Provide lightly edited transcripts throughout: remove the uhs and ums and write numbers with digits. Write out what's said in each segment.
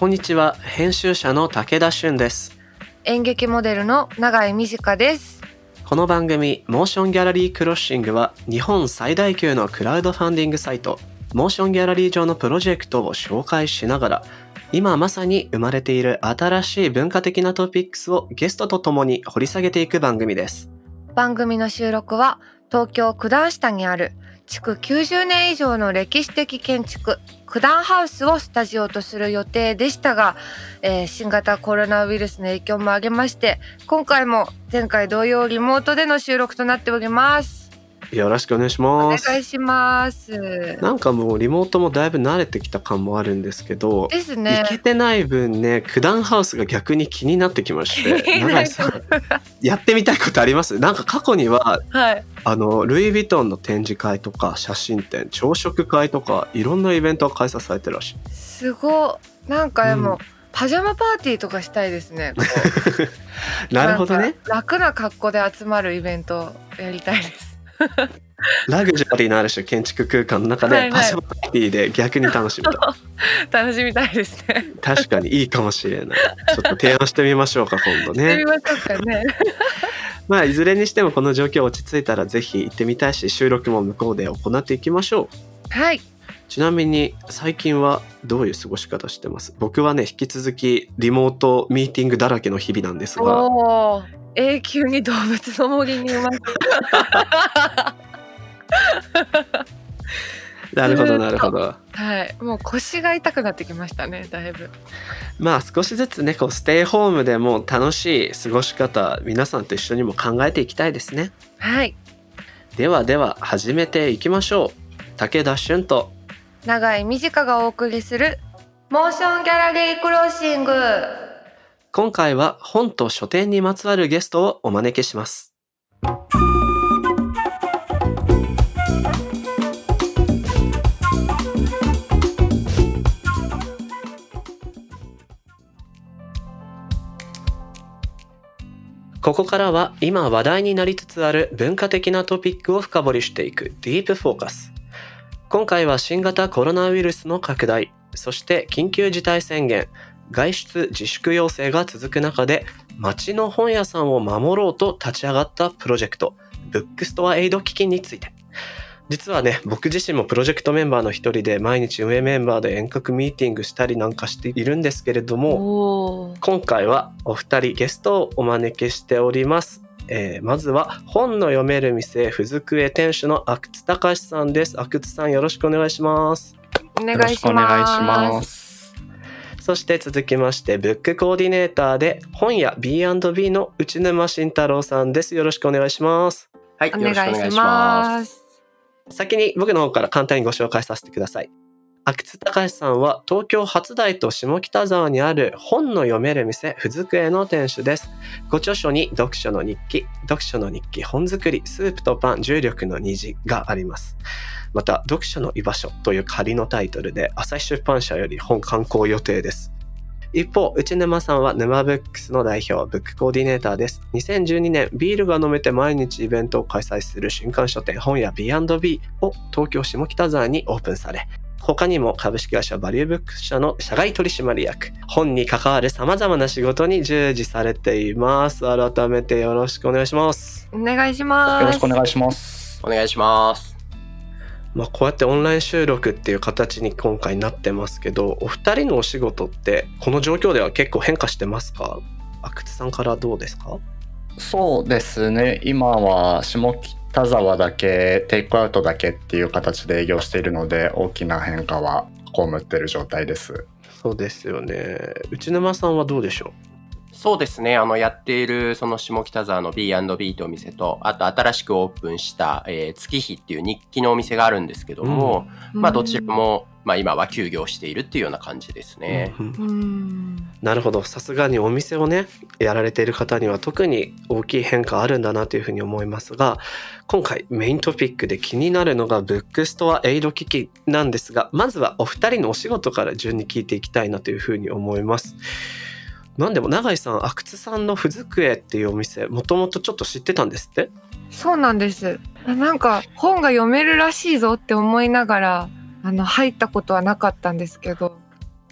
こんにちは、編集者の武田俊です。 演劇モデルの永井美智香です。 この番組モーションギャラリークロッシングは日本最大級のクラウドファンディングサイトモーションギャラリー上のプロジェクトを紹介しながら、今まさに生まれている新しい文化的なトピックスをゲストとともに掘り下げていく番組です。 番組の収録は東京九段下にある築90年以上の歴史的建築九段ハウスをスタジオとする予定でしたが、新型コロナウイルスの影響もありまして、今回も前回同様リモートでの収録となっております。 よろしくお願いします。 お願いします。 なんかもうリモートもだいぶ慣れてきた感もあるんですけど、 ですね。 行けてない分ね、九段ハウスが逆に気になってきまして、永井さんやってみたいことあります？なんか過去には、 はい、 ルイ・ヴィトンの展示会とか写真展、朝食会とかいろんなイベントが開催されてるらしい。 すごい。なんかでも、パジャマパーティーとかしたいですね。 なるほどね。 楽な格好で集まるイベントやりたいです。 ラグジュアリーのある種建築空間の中でパジャマパーティーで逆に楽しむと楽しみたいですね。 確かにいいかもしれない。ちょっと提案してみましょうか、今度ね。 してみましょうかね。 まあいずれにしてもこの状況落ち着いたらぜひ行ってみたいし、収録も向こうで行っていきましょう。 はい。 ちなみに最近はどういう過ごし方してます？僕はね、引き続きリモートミーティングだらけの日々なんですが。 永久に動物の森にうまくなるほどなるほど。 はい、もう腰が痛くなってきましたね、だいぶ。 まあ少しずつね、こうステイホームでも楽しい過ごし方、皆さんと一緒にも考えていきたいですね。 はい。 では始めていきましょう。武田俊と永井美智香がお送りするモーションギャラリークロッシング。 今回は本と書店にまつわるゲストをお招きします。ここからは今話題になりつつある文化的なトピックを深掘りしていくディープフォーカス。今回は新型コロナウイルスの拡大、そして緊急事態宣言、外出自粛要請が続く中で街の本屋さんを守ろうと立ち上がったプロジェクトブックストアエイド基金について。実はね、僕自身もプロジェクトメンバーの一人で毎日運営メンバーで遠隔ミーティングしたりなんかしているんですけれども、今回はお二人ゲストをお招きしております。まずは本の読める店ふずくえ店主の阿久津隆さんです。阿久津さん、よろしくお願いします。 お願いします。 そして続きましてブックコーディネーターで本屋 B&B の内沼慎太郎さんです。よろしくお願いします。 はい、よろしくお願いします。 先に僕の方から簡単にご紹介させてください。阿久津隆さんは東京初台と下北沢にある本の読める店ふずくえの店主です。ご著書に読書の日記、本作り、スープとパン、重力の虹があります。また読書の居場所という仮のタイトルで朝日出版社より本刊行予定です。一方、内沼さんは沼ブックスの代表、ブックコーディネーターです。2012年、ビールが飲めて毎日イベントを開催する新刊書店本屋 B&B を東京下北沢にオープンされ、他にも株式会社バリューブックス社の社外取締役、本に関わる様々な仕事に従事されています。改めてよろしくお願いします。 お願いします。 よろしくお願いします。お願いします。 こうやってオンライン収録っていう形に今回なってますけど、お二人のお仕事ってこの状況では結構変化してますか？阿久津さんからどうですか？ そうですね、今は下北沢だけテイクアウトだけっていう形で営業しているので、大きな変化は被っている状態です。 そうですよね。内沼さんはどうでしょう？ そうですね、やっているその下北沢の B&B というお店と、あと新しくオープンした、月日っていう日記のお店があるんですけども、どちらも、今は休業しているっていうような感じですね。 なるほど。さすがにお店をねやられている方には特に大きい変化あるんだなというふうに思いますが、今回メイントピックで気になるのがブックストアエイド基金なんですが、まずはお二人のお仕事から順に聞いていきたいなというふうに思います。なんでも永井さん、阿久津さんのふずくえっていうお店、もともとちょっと知ってたんですって？ そうなんです。なんか本が読めるらしいぞって思いながら入ったことはなかったんですけど、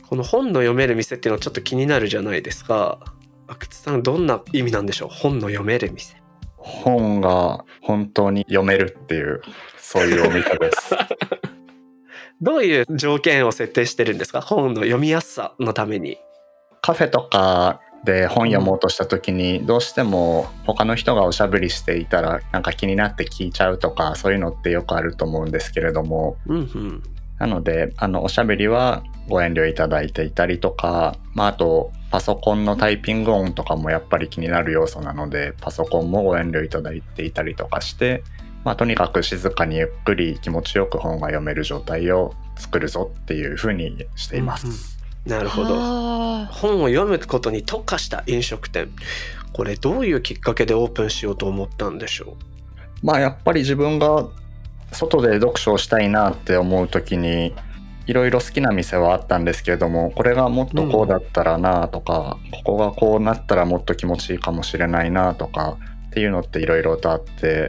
この本の読める店っていうのはちょっと気になるじゃないですか。阿久津さん、どんな意味なんでしょう、本の読める店。 本が本当に読めるっていう、そういうお店ですどういう条件を設定してるんですか、本の読みやすさのために。 カフェとかで本読もうとした時に、どうしても他の人がおしゃべりしていたらなんか気になって聞いちゃうとか、そういうのってよくあると思うんですけれども、なのでおしゃべりはご遠慮いただいていたりとか、あとパソコンのタイピング音とかもやっぱり気になる要素なので、パソコンもご遠慮いただいていたりとかして、とにかく静かにゆっくり気持ちよく本が読める状態を作るぞっていう風にしています。 なるほど。本を読むことに特化した飲食店、これどういうきっかけでオープンしようと思ったんでしょう。 やっぱり自分が外で読書をしたいなって思う時に、いろいろ好きな店はあったんですけれども、これがもっとこうだったらなとか、ここがこうなったらもっと気持ちいいかもしれないなとかっていうのっていろいろとあって、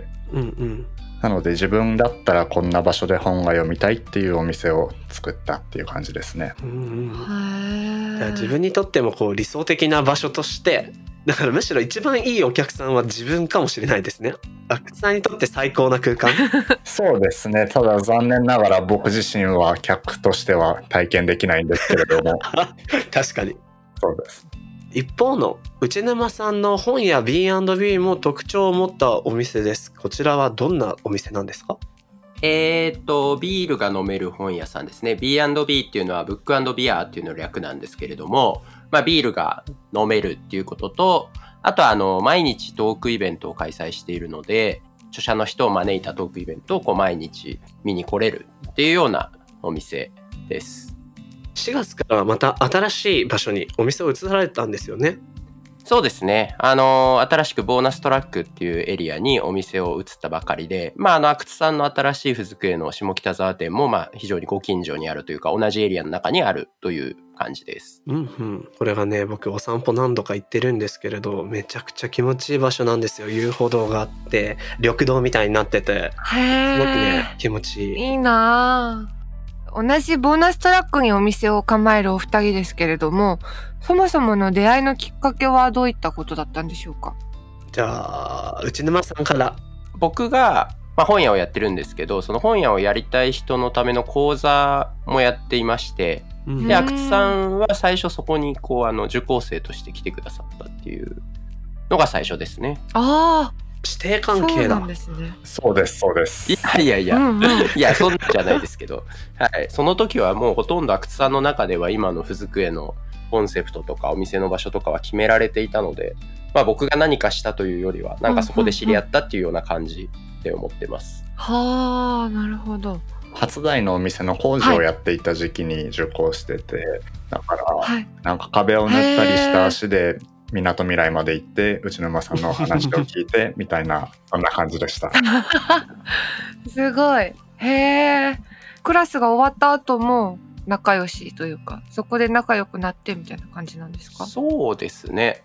なので自分だったらこんな場所で本が読みたいっていうお店を作ったっていう感じですね。 自分にとってもこう理想的な場所として、だからむしろ一番いいお客さんは自分かもしれないですね。阿久津さんにとって最高な空間そうですね。ただ残念ながら僕自身は客としては体験できないんですけれども確かにそうです。 一方の内沼さんの本屋 B&B も特徴を持ったお店です。こちらはどんなお店なんですか？ ビールが飲める本屋さんですね。 B&B っていうのはブック&ビアっていうの略なんですけれども、ビールが飲めるっていうことと、あとは毎日トークイベントを開催しているので、著者の人を招いたトークイベントを毎日見に来れるっていうようなお店です。 4月からはまた新しい場所にお店を移られたんですよね。 そうですね。新しくボーナストラックっていうエリアにお店を移ったばかりで、阿久津さんの新しいふずくえの下北沢店も、非常にご近所にあるというか、同じエリアの中にあるという感じです。 これがね、僕お散歩何度か行ってるんですけれど、めちゃくちゃ気持ちいい場所なんですよ。遊歩道があって、緑道みたいになってて、すごくね、気持ちいい。 いいなぁ。同じボーナストラックにお店を構えるお二人ですけれども、そもそもの出会いのきっかけはどういったことだったんでしょうか？ じゃあ内沼さんから。 僕が、本屋をやってるんですけど、その本屋をやりたい人のための講座もやっていまして、で阿久津さんは最初そこに受講生として来てくださったっていうのが最初ですね。 師弟関係だ。 そうなんですね。 そうですそうです。 いや、いやそんなんじゃないですけど、はい、その時はもうほとんど阿久津さんの中では今のふずくえのコンセプトとかお店の場所とかは決められていたので、僕が何かしたというよりはなんかそこで知り合ったっていうような感じで思ってます。 はあ、なるほど。 初台のお店の工事をやっていた時期に受講してて、だからなんか壁を塗ったりした足でみなとみらいまで行って内沼さんの話を聞いてみたいなそんな感じでしたすごい。へえ。クラスが終わった後も仲良しというか、そこで仲良くなってみたいな感じなんですか？ そうですね。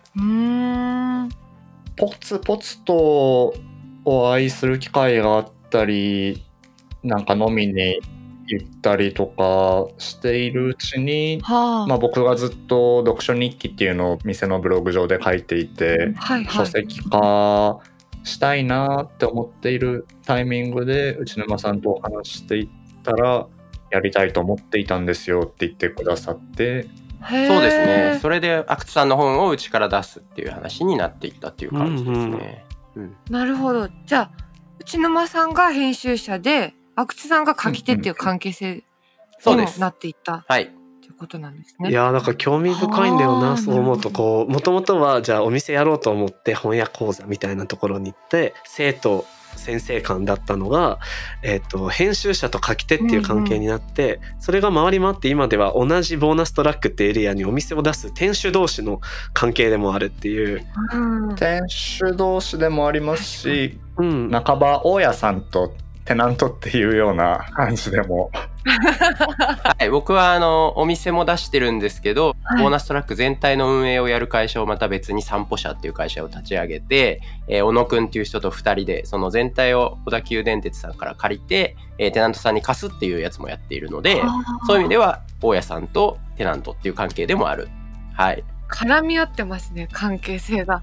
ポツポツとお会いする機会があったり、なんか飲みに行ったりとかしているうちに、僕がずっと読書日記っていうのを店のブログ上で書いていて、書籍化したいなって思っているタイミングで内沼さんとお話していったら、やりたいと思っていたんですよって言ってくださって、 そうですね。それで阿久津さんの本をうちから出すっていう話になっていったっていう感じですね。 なるほど。じゃあ内沼さんが編集者で阿久津さんが書き手っていう関係性にもなっていった、っていうことなんですね。 いや、なんか興味深いんだよな。そう思うと、もともとはじゃあお店やろうと思って本屋講座みたいなところに行って生徒先生間だったのが、編集者と書き手っていう関係になって、それが回り回って今では同じボーナストラックってエリアにお店を出す店主同士の関係でもあるっていう、 店主同士でもありますし、半ば大家さんとテナントっていうような感じでも僕はお店も出してるんですけど、ボーナストラック全体の運営をやる会社をまた別に散歩社っていう会社を立ち上げて、小野くんっていう人と2人でその全体を小田急電鉄さんから借りて、テナントさんに貸すっていうやつもやっているので、そういう意味では大家さんとテナントっていう関係でもある。はい。 絡み合ってますね、関係性が。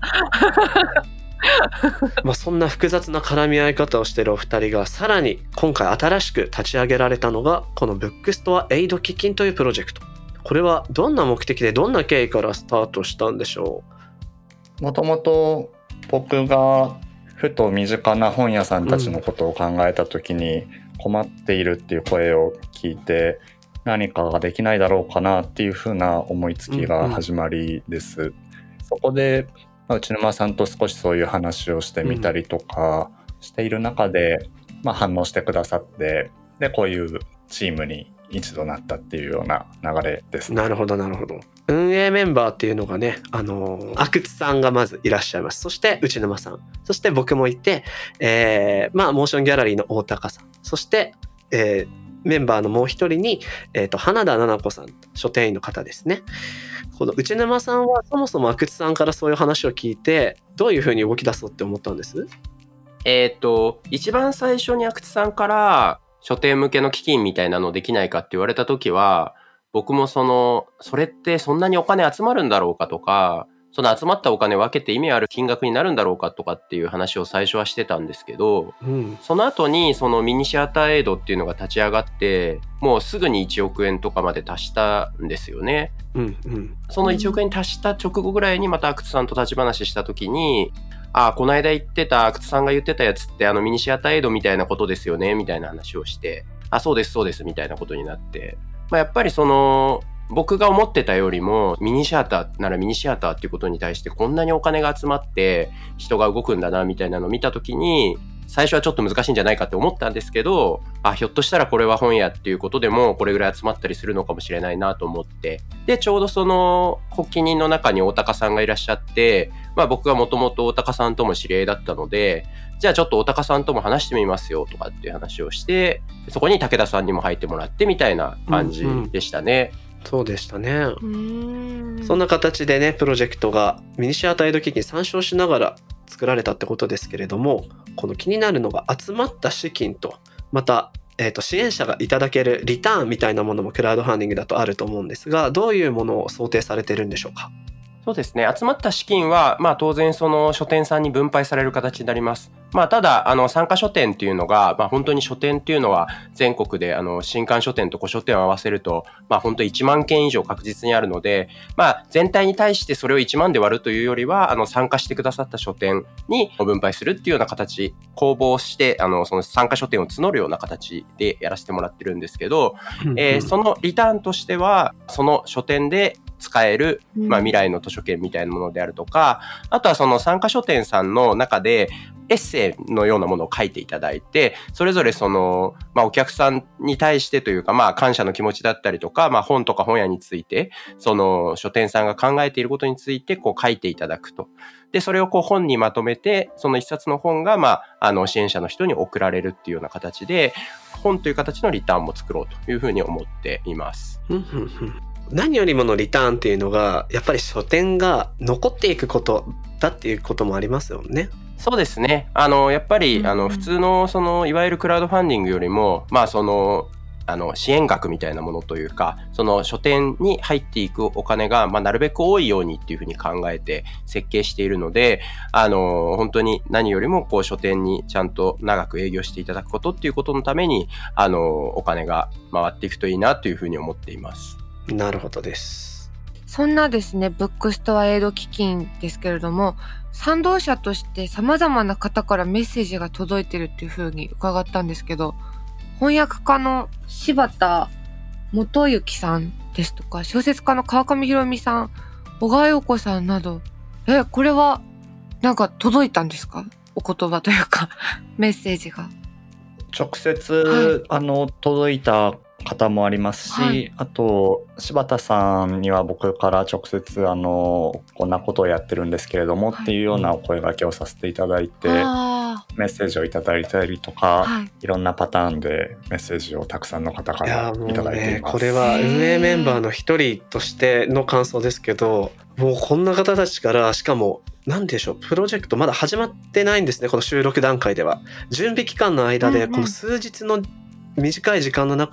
そんな複雑な絡み合い方をしているお二人がさらに今回新しく立ち上げられたのがこのブックストアエイド基金というプロジェクト。これはどんな目的でどんな経緯からスタートしたんでしょう？もともと僕がふと身近な本屋さんたちのことを考えた時に、困っているっていう声を聞いて何かができないだろうかなっていう風な思いつきが始まりです。そこで内沼さんと少しそういう話をしてみたりとかしている中で、反応してくださって、でこういうチームに一度なったっていうような流れです。 なるほどなるほど。運営メンバーっていうのがね、阿久津さんがまずいらっしゃいます。そして内沼さん、そして僕もいて、モーションギャラリーの大高さん、そして、メンバーのもう一人に、花田奈々子さん、書店員の方ですね。この内沼さんはそもそも阿久津さんからそういう話を聞いてどういうふうに動き出そうって思ったんです？ 一番最初に阿久津さんから書店向けの基金みたいなのできないかって言われた時は、僕もそれってそんなにお金集まるんだろうかとか、その集まったお金を分けて意味ある金額になるんだろうかとかっていう話を最初はしてたんですけど、その後にそのミニシアターエイドっていうのが立ち上がって、もうすぐに1億円とかまで達したんですよね。その1億円に達した直後ぐらいにまた阿久津さんと立ち話した時に、この間言ってた阿久津さんが言ってたやつってミニシアターエイドみたいなことですよねみたいな話をして、そうですそうですみたいなことになって、やっぱり僕が思ってたよりもミニシアターならミニシアターっていうことに対してこんなにお金が集まって人が動くんだなみたいなのを見たときに、最初はちょっと難しいんじゃないかって思ったんですけど、ひょっとしたらこれは本屋っていうことでもこれぐらい集まったりするのかもしれないなと思って、でちょうどその発起人の中に大高さんがいらっしゃって、僕がもともと大高さんとも知り合いだったので、じゃあちょっと大高さんとも話してみますよとかっていう話をして、そこに武田さんにも入ってもらってみたいな感じでしたね。 そうでしたね。そんな形でね、プロジェクトがミニシアターエイド基金参照しながら作られたってことですけれども、この気になるのが集まった資金と、また、支援者がいただけるリターンみたいなものもクラウドファンディングだとあると思うんですが、どういうものを想定されているんでしょうか？ そうですね。集まった資金は、当然その書店さんに分配される形になります。ただ、参加書店っていうのが、本当に書店っていうのは全国で、新刊書店と古書店を合わせると、本当1万件以上確実にあるので、全体に対してそれを1万で割るというよりは、参加してくださった書店に分配するっていうような形、公募して、その参加書店を募るような形でやらせてもらってるんですけど、そのリターンとしては、その書店で使える、未来の図書券みたいなものであるとか、あとはその参加書店さんの中でエッセイのようなものを書いていただいて、それぞれその、お客さんに対してというか、感謝の気持ちだったりとか、本とか本屋について、その書店さんが考えていることについて書いていただくと。で、それを本にまとめて、その一冊の本が、支援者の人に送られるっていうような形で、本という形のリターンも作ろうというふうに思っています。 何よりものリターンっていうのがやっぱり書店が残っていくことだっていうこともありますよね。 そうですね。やっぱり普通のそのいわゆるクラウドファンディングよりも支援額みたいなものというか、その書店に入っていくお金がなるべく多いようにっていうふうに考えて設計しているので、本当に何よりも書店にちゃんと長く営業していただくことっていうことのためにお金が回っていくといいなというふうに思っています。 なるほどです。 そんなですね、ブックストアエイド基金ですけれども、賛同者として様々な方からメッセージが届いてるっていうふうに伺ったんですけど、翻訳家の柴田元幸さんですとか、小説家の川上弘美さん、小川陽子さんなど、これはなんか届いたんですか？お言葉というかメッセージが直接、届いた方もありますし、あと柴田さんには僕から直接こんなことをやってるんですけれども、っていうようなお声掛けをさせていただいて、メッセージをいただいたりとか、いろんなパターンでメッセージをたくさんの方からいただいています。 これは運営メンバーの一人としての感想ですけど、もうこんな方たちから、しかも何でしょう、プロジェクトまだ始まってないんですね。この収録段階では準備期間の間でこの数日の短い時間の中で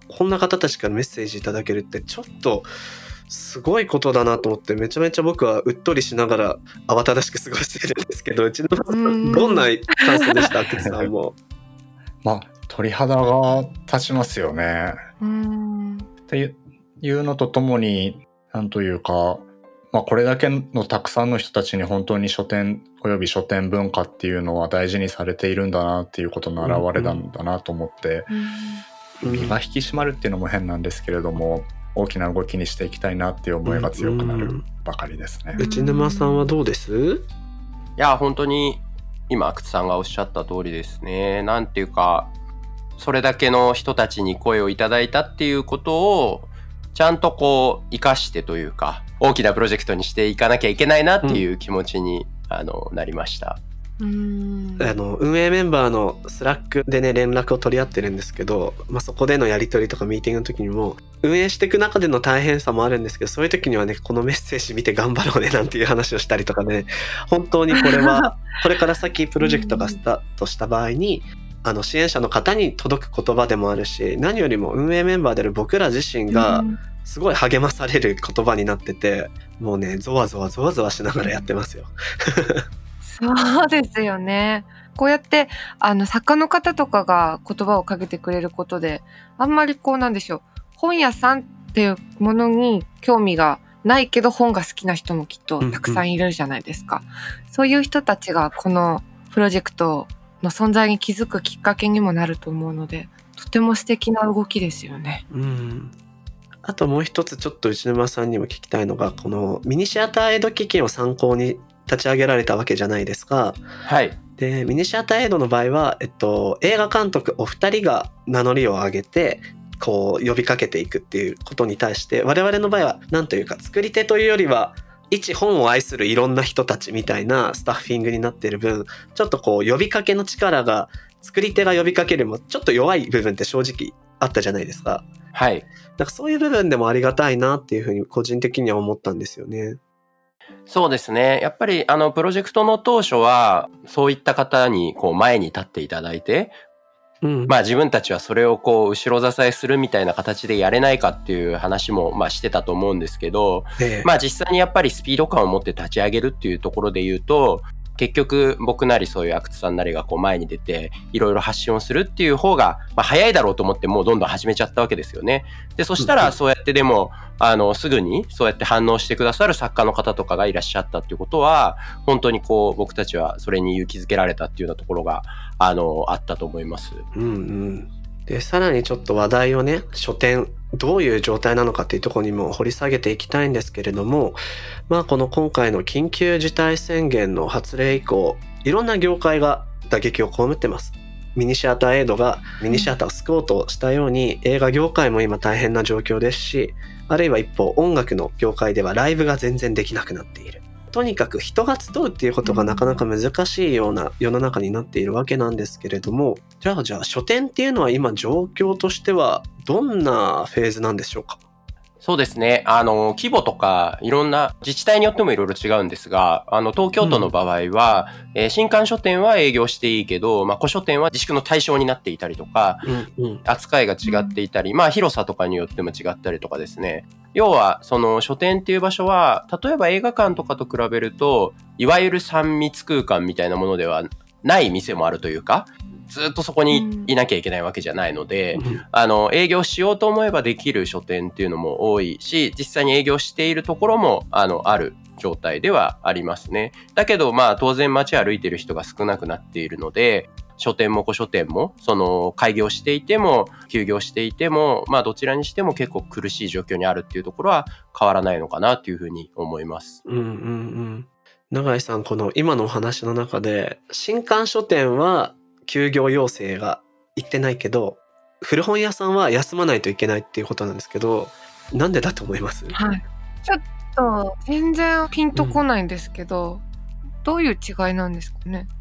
こんな方たちからメッセージいただけるってちょっとすごいことだなと思って、めちゃめちゃ僕はうっとりしながら慌ただしく過ごしているんですけど、うちのさんどんな感想でした？阿久津さんも。 まあ鳥肌が立ちますよね。っていうのとともに、なんというか、まあ、これだけのたくさんの人たちに本当に書店および書店文化っていうのは大事にされているんだなっていうことの表れなんだなと思って、身が引き締まるっていうのも変なんですけれども、大きな動きにしていきたいなっていう思いが強くなるばかりですね。 内沼さんはどうです？ いや本当に今阿久津さんがおっしゃった通りですね。なんていうか、それだけの人たちに声をいただいたっていうことをちゃんとこう生かしてというか、大きなプロジェクトにしていかなきゃいけないなっていう気持ちに、なりました。 運営メンバーのスラックでね連絡を取り合ってるんですけど、そこでのやり取りとかミーティングの時にも運営していく中での大変さもあるんですけど、そういう時にはねこのメッセージ見て頑張ろうねなんていう話をしたりとかね、本当にこれはこれから先プロジェクトがスタートした場合に支援者の方に届く言葉でもあるし、何よりも運営メンバーである僕ら自身がすごい励まされる言葉になってて、もうねゾワゾワしながらやってますよ。 そうですよね。こうやって作家の方とかが言葉をかけてくれることで、あんまりこうなんでしょう、本屋さんっていうものに興味がないけど本が好きな人もきっとたくさんいるじゃないですか。そういう人たちがこのプロジェクトの存在に気づくきっかけにもなると思うので、とても素敵な動きですよね。 あともう一つちょっと内沼さんにも聞きたいのが、このミニシアターエイド基金を参考に立ち上げられたわけじゃないですか。 はい。 でミニシアターエイドの場合は、映画監督お二人が名乗りを上げてこう呼びかけていくっていうことに対して、我々の場合はなんというか作り手というよりは一本を愛するいろんな人たちみたいなスタッフィングになっている分、ちょっとこう呼びかけの力が作り手が呼びかけるもちょっと弱い部分って正直あったじゃないですか。 はい。 なんかそういう部分でもありがたいなっていうふうに個人的には思ったんですよね。 そうですね。やっぱりプロジェクトの当初はそういった方にこう前に立っていただいて、自分たちはそれをこう後ろ支えするみたいな形でやれないかっていう話もしてたと思うんですけど、実際にやっぱりスピード感を持って立ち上げるっていうところで言うと、結局僕なりそういう阿久津さんなりがこう前に出ていろいろ発信をするっていう方が早いだろうと思ってもうどんどん始めちゃったわけですよね。でそしたらそうやってでもすぐにそうやって反応してくださる作家の方とかがいらっしゃったっていうことは、本当にこう僕たちはそれに勇気づけられたっていうようなところがあったと思います。 でさらにちょっと話題をね、書店どういう状態なのかっていうところにも掘り下げていきたいんですけれども、この今回の緊急事態宣言の発令以降、いろんな業界が打撃を被ってます。ミニシアターエイドがミニシアターを救おうとしたように、映画業界も今大変な状況ですし、あるいは一方音楽の業界ではライブが全然できなくなっている。とにかく人が集うっていうことがなかなか難しいような世の中になっているわけなんですけれども、じゃあ書店っていうのは今状況としてはどんなフェーズなんでしょうか？ そうですね。規模とかいろんな自治体によってもいろいろ違うんですが、東京都の場合は、新刊書店は営業していいけど、古書店は自粛の対象になっていたりとか、扱いが違っていたり、広さとかによっても違ったりとかですね。要は、その書店っていう場所は、例えば映画館とかと比べると、いわゆる3密空間みたいなものではない店もあるというか、ずっとそこにいなきゃいけないわけじゃないので、営業しようと思えばできる書店っていうのも多いし、実際に営業しているところもある状態ではありますね。だけど当然街歩いてる人が少なくなっているので、書店も古書店もその開業していても休業していてもどちらにしても結構苦しい状況にあるっていうところは変わらないのかなというふうに思います。 永井さん、この今のお話の中で新刊書店は休業要請が言ってないけど古本屋さんは休まないといけないっていうことなんですけど、なんでだと思います？ ちょっと全然ピンとこないんですけど、どういう違いなんですかね？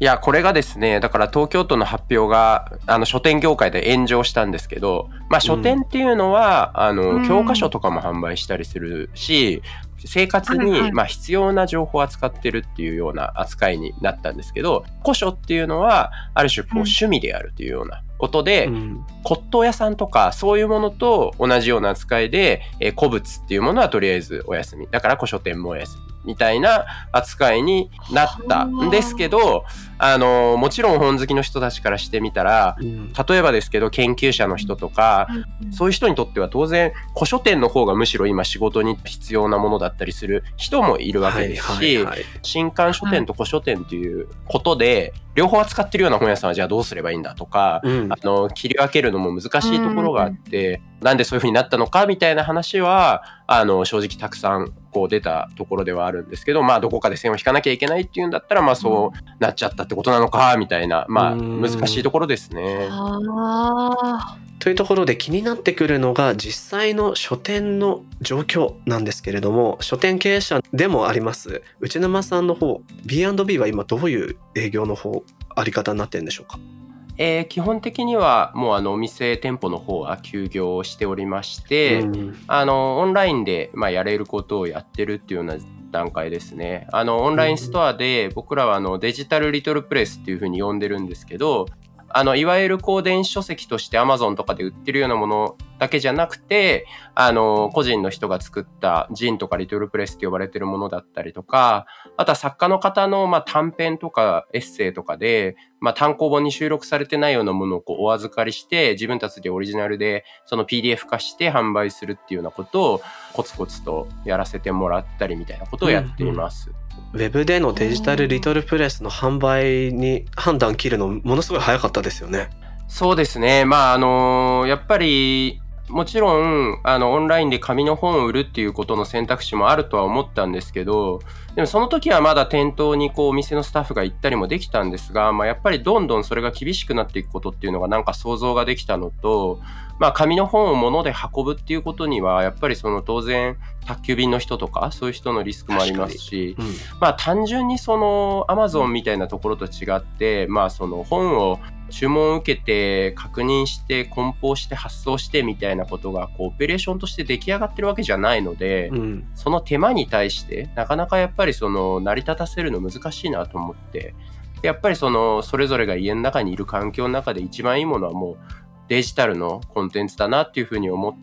いや、これがですね、だから東京都の発表が、書店業界で炎上したんですけど、まあ書店っていうのは、教科書とかも販売したりするし、生活にまあ必要な情報を扱ってるっていうような扱いになったんですけど、古書っていうのはある種こう趣味であるというようなことで、骨董屋さんとかそういうものと同じような扱いで、古物っていうものはとりあえずお休み。だから古書店もお休み。みたいな扱いになったんですけど、もちろん本好きの人たちからしてみたら、例えばですけど研究者の人とか、そういう人にとっては当然古書店の方がむしろ今仕事に必要なものだったりする人もいるわけですし、新刊書店と古書店っていうことで両方扱ってるような本屋さんはじゃあどうすればいいんだとか、切り分けるのも難しいところがあって、なんでそういう風になったのかみたいな話は正直たくさんこう出たところではあるんですけど、まあどこかで線を引かなきゃいけないっていうんだったら、まあそうなっちゃったってことなのかみたいな、まあ難しいところですね。 というところで気になってくるのが実際の書店の状況なんですけれども、書店経営者でもあります内沼さんの方、 B&B は今どういう営業の方あり方になってるんでしょうか？ 基本的にはもうお店店舗の方は休業しておりまして、オンラインでやれることをやってるっていうような段階ですね。オンラインストアで僕らはデジタルリトルプレスっていう風に呼んでるんですけど、いわゆる電子書籍として Amazon とかで売ってるようなものだけじゃなくて、個人の人が作ったジンとかリトルプレスって呼ばれてるものだったりとか、あとは作家の方の短編とかエッセイとかで、単行本に収録されてないようなものをお預かりして、自分たちでオリジナルでその PDF 化して販売するっていうようなことをコツコツとやらせてもらったりみたいなことをやっています。 ウェブでのデジタルリトルプレスの販売に判断切るのものすごい早かったですよね。 そうですね。やっぱりもちろんオンラインで紙の本を売るっていうことの選択肢もあるとは思ったんですけど、でもその時はまだ店頭にお店のスタッフが行ったりもできたんですが、やっぱりどんどんそれが厳しくなっていくことっていうのがなんか想像ができたのと、紙の本を物で運ぶっていうことにはやっぱり当然宅急便の人とかそういう人のリスクもありますし、単純にAmazon みたいなところと違って、本を注文を受けて確認して梱包して発送してみたいなことがオペレーションとして出来上がってるわけじゃないので、その手間に対してなかなかやっぱり成り立たせるの難しいなと思って、やっぱりそれぞれが家の中にいる環境の中で一番いいものはもうデジタルのコンテンツだなっていうふうに思って、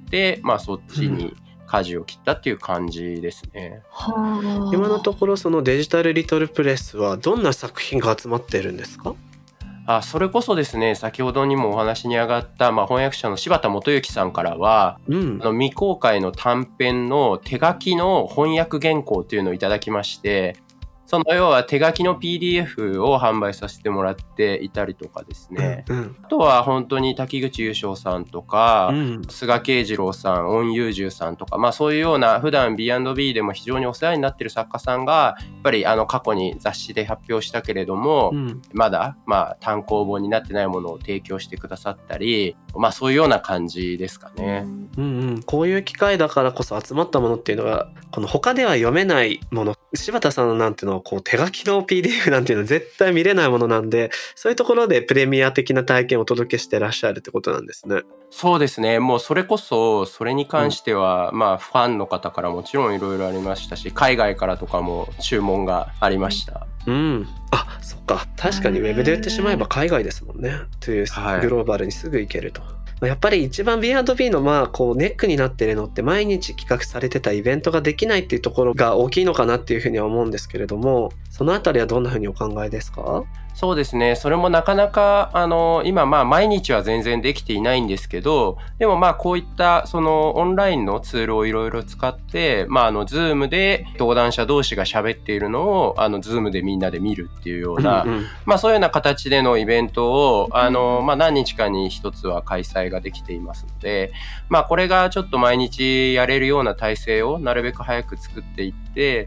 そっちに舵を切ったっていう感じですね。 今のところそのデジタルリトルプレスはどんな作品が集まってるんですか？ それこそですね、先ほどにもお話に上がった、翻訳者の柴田元幸さんからは、未公開の短編の手書きの翻訳原稿というのをいただきまして、その要は手書きの PDF を販売させてもらっていたりとかですね、あとは本当に滝口優勝さんとか、菅慶次郎さん、恩優柔さんとか、そういうような普段 B&B でも非常にお世話になっている作家さんがやっぱり過去に雑誌で発表したけれども、まだ単行本になってないものを提供してくださったり、そういうような感じですかね。 こういう機会だからこそ集まったものっていうのがこの他では読めないもの、柴田さんなんていうのは手書きの PDF なんていうのは絶対見れないものなんで、そういうところでプレミア的な体験をお届けしてらっしゃるってことなんですね。 そうですね。もうそれこそそれに関しては、ファンの方からもちろんいろいろありましたし、海外からとかも注文がありました。 そっか、確かにウェブで売ってしまえば海外ですもんね。というグローバルにすぐ行けると。やっぱり一番 B&B のネックになっているのって毎日企画されてたイベントができないっていうところが大きいのかなっていうふうには思うんですけれども、そのあたりはどんなふうにお考えですか？ そうですね。それもなかなか今毎日は全然できていないんですけど、でもこういったオンラインのツールをいろいろ使ってZoom で登壇者同士が喋っているのをZoom でみんなで見るっていうような、そういうような形でのイベントを何日かに一つは開催ができていますので、これがちょっと毎日やれるような体制をなるべく早く作っていって、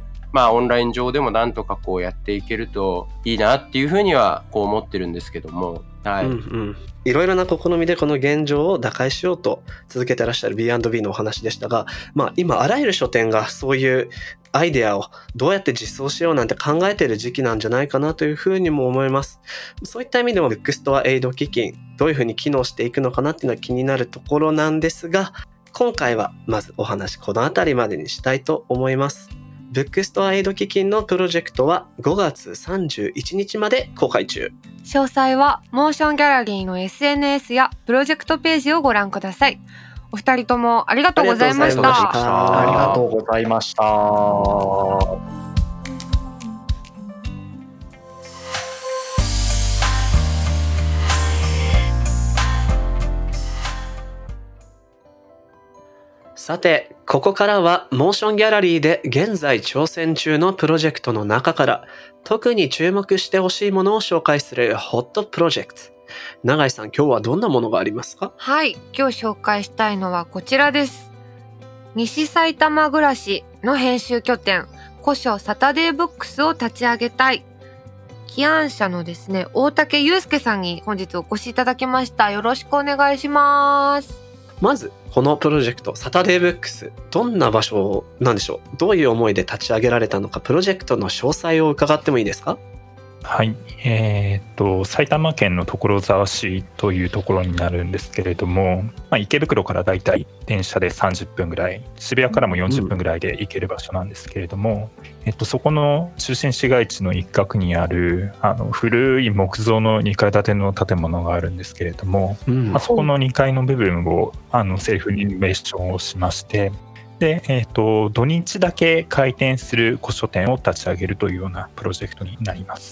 オンライン上でもなんとかやっていけるといいなっていうふうには思ってるんですけども、 はい。 いろいろな試みでこの現状を打開しようと続けてらっしゃる B&B のお話でしたが、今あらゆる書店がそういうアイデアをどうやって実装しようなんて考えている時期なんじゃないかなというふうにも思います。そういった意味でもブックストアエイド基金どういうふうに機能していくのかなっていうのは気になるところなんですが、今回はまずお話この辺りまでにしたいと思います。ブックストアエイド基金のプロジェクトは5月31日まで公開中。 詳細はモーションギャラリーの SNS やプロジェクトページをご覧ください。お二人ともありがとうございました。 ありがとうございました。 さて、ここからはモーションギャラリーで現在挑戦中のプロジェクトの中から特に注目してほしいものを紹介するホットプロジェクト。永井さん、今日はどんなものがありますか？ はい、今日紹介したいのはこちらです。西埼玉暮らしの編集拠点古書サタデーブックスを立ち上げたい。起案者のですね、大竹祐介さんに本日お越しいただきました。よろしくお願いします。 まずこのプロジェクトサタデーブックス、どんな場所なんでしょう？どういう思いで立ち上げられたのか、プロジェクトの詳細を伺ってもいいですか？ はい、埼玉県の所沢市というところになるんですけれども、池袋からだいたい電車で30分ぐらい、渋谷からも40分ぐらいで行ける場所なんですけれども、そこの中心市街地の一角にある古い木造の2階建ての建物があるんですけれども、そこの2階の部分をセルフリノベーションをしまして、で土日だけ開店する古書店を立ち上げるというようなプロジェクトになります。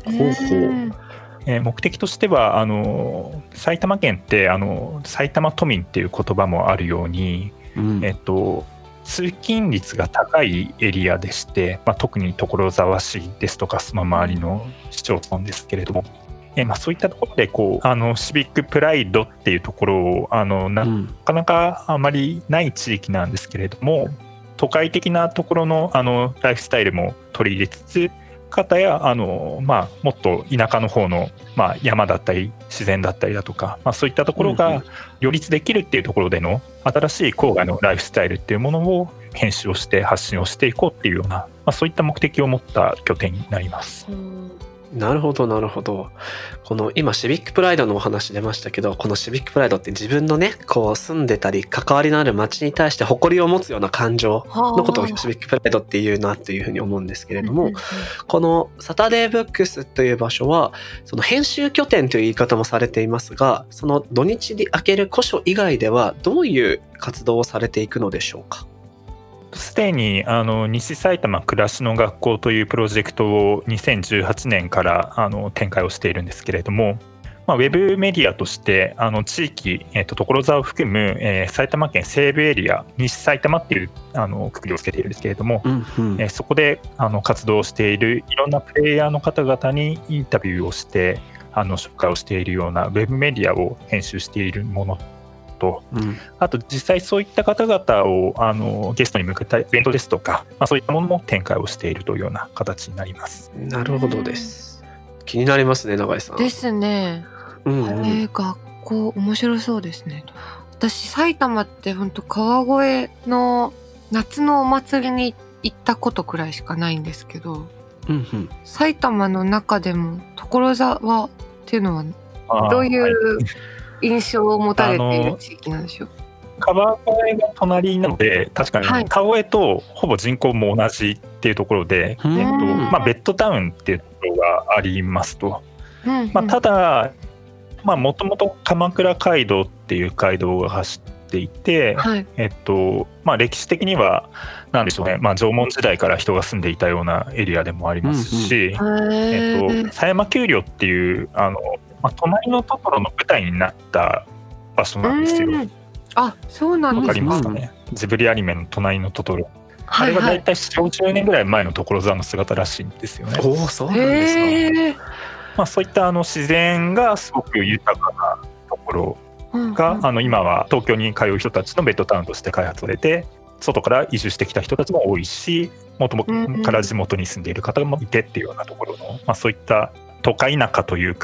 目的としては埼玉県って埼玉都民っていう言葉もあるように、通勤率が高いエリアでして、特に所沢市ですとかその周りの市町村ですけれども、そういったところでシビックプライドっていうところをなかなかあまりない地域なんですけれども、都会的なところのライフスタイルも取り入れつつ、方やもっと田舎の方の、山だったり自然だったりだとか、そういったところが両立できるっていうところでの新しい郊外のライフスタイルっていうものを編集をして発信をしていこうっていうような、そういった目的を持った拠点になります。 なるほどなるほど。この今シビックプライドのお話出ましたけど、このシビックプライドって自分のね住んでたり関わりのある街に対して誇りを持つような感情のことをシビックプライドっていうなというふうに思うんですけれども、このサタデーブックスという場所はその編集拠点という言い方もされていますが、その土日に開ける古書以外ではどういう活動をされていくのでしょうか？ すでに西埼玉暮らしの学校というプロジェクトを2018年から展開をしているんですけれども、ウェブメディアとして地域、所沢を含む、埼玉県西部エリア西埼玉っていう括りをつけているんですけれども、そこで活動しているいろんなプレイヤーの方々にインタビューをして紹介をしているようなウェブメディアを編集しているものと、あと実際そういった方々をゲストに向けたイベントですとか、そういったものも展開をしているというような形になります。 なるほどです。気になりますね、永井さん。 ですね。学校面白そうですね。私埼玉って本当川越の夏のお祭りに行ったことくらいしかないんですけど、埼玉の中でも所沢っていうのはどういう印象を持たれている地域なんでしょう？ 川越が隣なので、確かに川越とほぼ人口も同じっていうところで、ベッドタウンっていうところがありますと、ただもともと鎌倉街道っていう街道が走っていて、歴史的には何でしょうね、縄文時代から人が住んでいたようなエリアでもありますし、狭山丘陵っていう隣のトトロの舞台になった場所なんですよ。 あ、そうなんですか。 わかりますかね。ジブリアニメの隣のトトロ、あれがだいたい40年ぐらい前の所沢の姿らしいんですよね。 そうなんですか。 そういった自然がすごく豊かなところが、今は東京に通う人たちのベッドタウンとして開発されて、外から移住してきた人たちも多いし、もともとから地元に住んでいる方もいてっていうようなところの、そういった都会田舎というか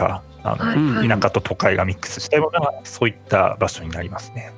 田舎と都会がミックスしたようなそういった場所になりますね。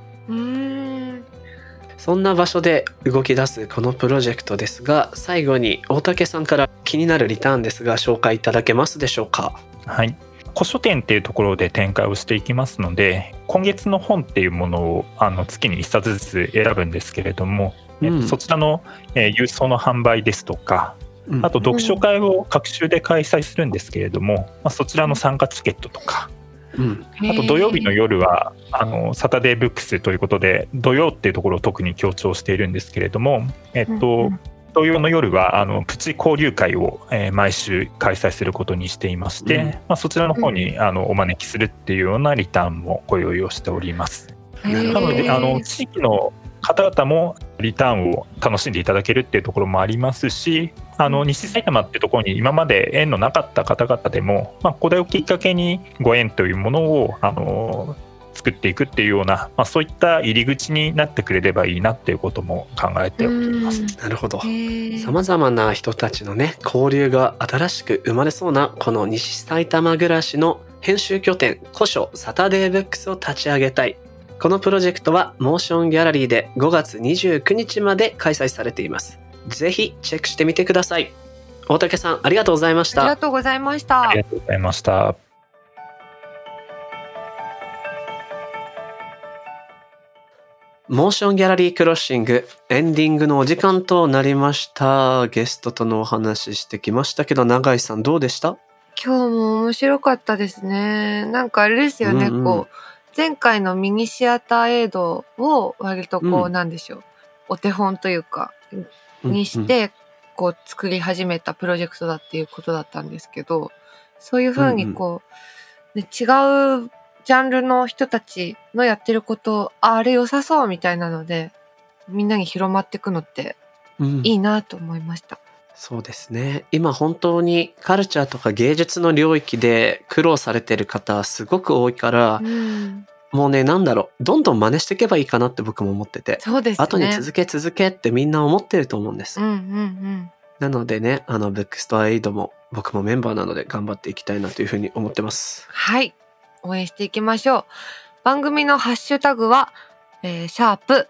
そんな場所で動き出すこのプロジェクトですが、最後に大竹さんから気になるリターンですが紹介いただけますでしょうか。 はい、古書店っていうところで展開をしていきますので、今月の本っていうものを月に1冊ずつ選ぶんですけれども、そちらの郵送の販売ですとか、あと読書会を各週で開催するんですけれども、そちらの参加チケットとか、あと土曜日の夜はサタデーブックスということで、土曜っていうところを特に強調しているんですけれども、土曜の夜はプチ交流会を毎週開催することにしていまして、そちらの方にお招きするっていうようなリターンもご用意をしております。なので地域の方々もリターンを楽しんでいただけるっていうところもありますし、西埼玉ってところに今まで縁のなかった方々でも、これをきっかけにご縁というものを作っていくっていうような、そういった入り口になってくれればいいなっていうことも考えております。 なるほど。さまざまな人たちのね、交流が新しく生まれそうなこの西埼玉暮らしの編集拠点古書サタデーブックスを立ち上げたい。このプロジェクトはモーションギャラリーで5月29日まで開催されています。ぜひチェックしてみてください。大竹さん、ありがとうございました。 ありがとうございました。 ありがとうございました。 モーションギャラリークロッシングエンディングのお時間となりました。ゲストとのお話してきましたけど、永井さんどうでした？ 今日も面白かったですね。なんかあれですよね、こう前回のミニシアターエイドを割となんでしょう、お手本というかにしてこう作り始めたプロジェクトだっていうことだったんですけど、そういう風に違うジャンルの人たちのやってることあれ良さそうみたいなのでみんなに広まっていくのっていいなと思いました。 そうですね。今本当にカルチャーとか芸術の領域で苦労されてる方すごく多いから、もうね、どんどん真似していけばいいかなって僕も思ってて、 そうですね、 後に続けってみんな思ってると思うんです。なのでね、ブックストアエイドも僕もメンバーなので頑張っていきたいなというふうに思ってます。 はい、応援していきましょう。番組のハッシュタグは、#MGCROSSING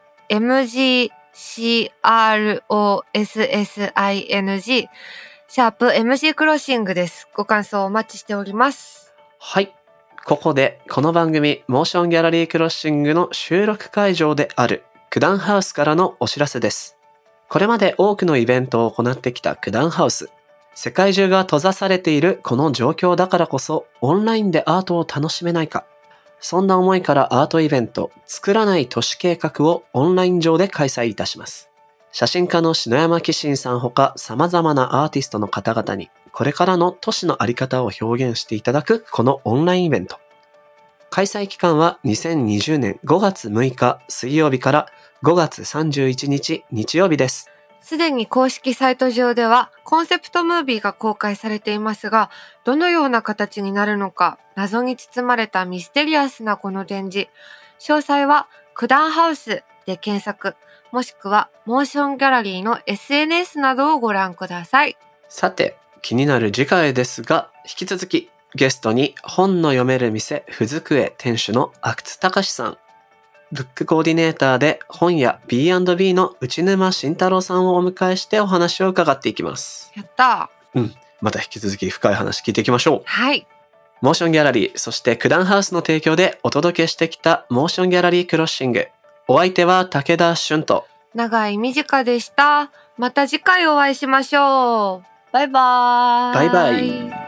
#MC クロッシングです。ご感想お待ちしております。 はい。ここでこの番組モーションギャラリークロッシングの収録会場である九段ハウスからのお知らせです。これまで多くのイベントを行ってきた九段ハウス。世界中が閉ざされているこの状況だからこそオンラインでアートを楽しめないか。そんな思いからアートイベント作らない都市計画をオンライン上で開催いたします。写真家の篠山紀信さんほか様々なアーティストの方々にこれからの都市のあり方を表現していただくこのオンラインイベント。開催期間は2020年5月6日水曜日から5月31日日曜日です。 すでに公式サイト上ではコンセプトムービーが公開されていますが、どのような形になるのか謎に包まれたミステリアスなこの展示。詳細は九段ハウスで検索、もしくはモーションギャラリーの SNS などをご覧ください。 さて、気になる次回ですが、引き続きゲストに本の読める店ふずくえ店主の阿久津隆さん、ブックコーディネーターで本屋 B&B の内沼慎太郎さんをお迎えしてお話を伺っていきます。 やったー。また引き続き深い話聞いていきましょう。 はい。 モーションギャラリー、そして九段ハウスの提供でお届けしてきたモーションギャラリークロッシング。お相手は武田俊と永井美智香でした。また次回お会いしましょう。バイバーイ。 バイバイ。